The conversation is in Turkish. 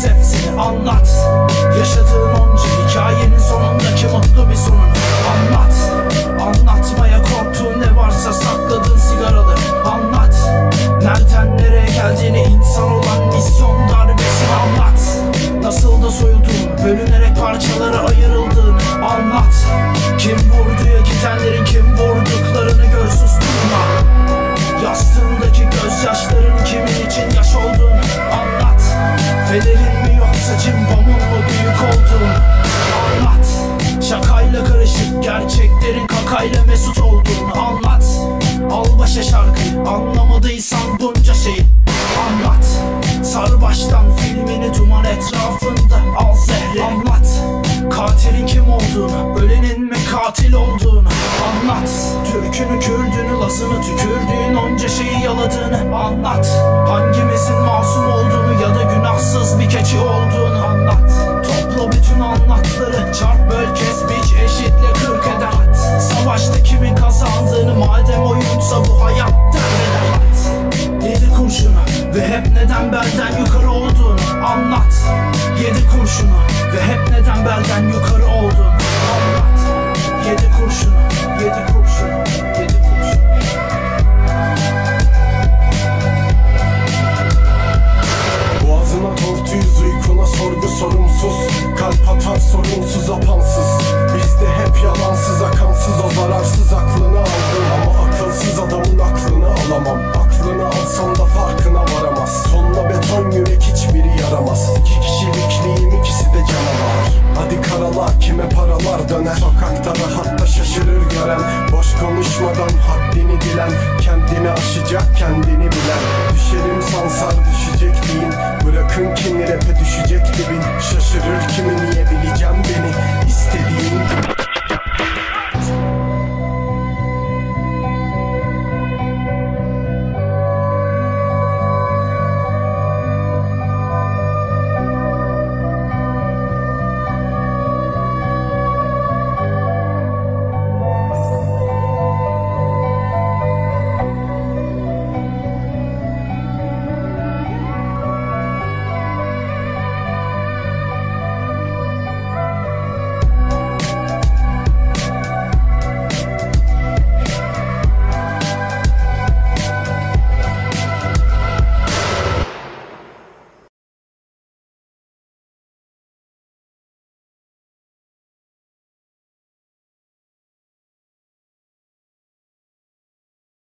Kes hepsini anlat. Yaşadığın onca hikayenin sonundaki mutlu bir sonunu anlat. Anlatmaya korktuğun ne varsa sakladığın sigaraları anlat. Nereden nereye geldiğini, insan olan misyon darbesini anlat. Nasıl da soyulduğunu, bölünerek parçalara ayrıldığını anlat. Kim vurduya gidenlerin kim vurduklarını gör, susturma. Yastığındaki gözyaşların kimin için yaş olduğunu anlat. Fenerin mi yoksa cimbomun mu büyük olduğunu anlat. Şakayla karışık gerçeklerin kakayla mesut olduğunu anlat. Al başa şarkıyı, anlamadıysan bunca şeyi anlat. Sar baştan filmini, duman etrafında al zehri anlat. Katilin kim olduğunu, ölenin mi katil olduğunu anlat. Türkünü, Kürdünü, Lazını, tükürdüğün onca şeyi yaladığını anlat. Hangimizin masum olduğunu ya da günahsız bir keçi olduğunu anlat. Topla bütün anlatları, çarp böl kes biç eşitle 40 eder. Savaşta kimin kazandığını, madem oyunsa bu hayat derler. Yedi kurşunu ve hep neden belden yukarı olduğunu anlat. Yedi kurşunu ve hep neden belden yukarı olduğunu anlat. Yedi kurşunu, yedi kurşunu, yedi kurşunu. Boğazına tortuyuz, uykuna sorgu sorumsuz. Kalp atar sorunsuza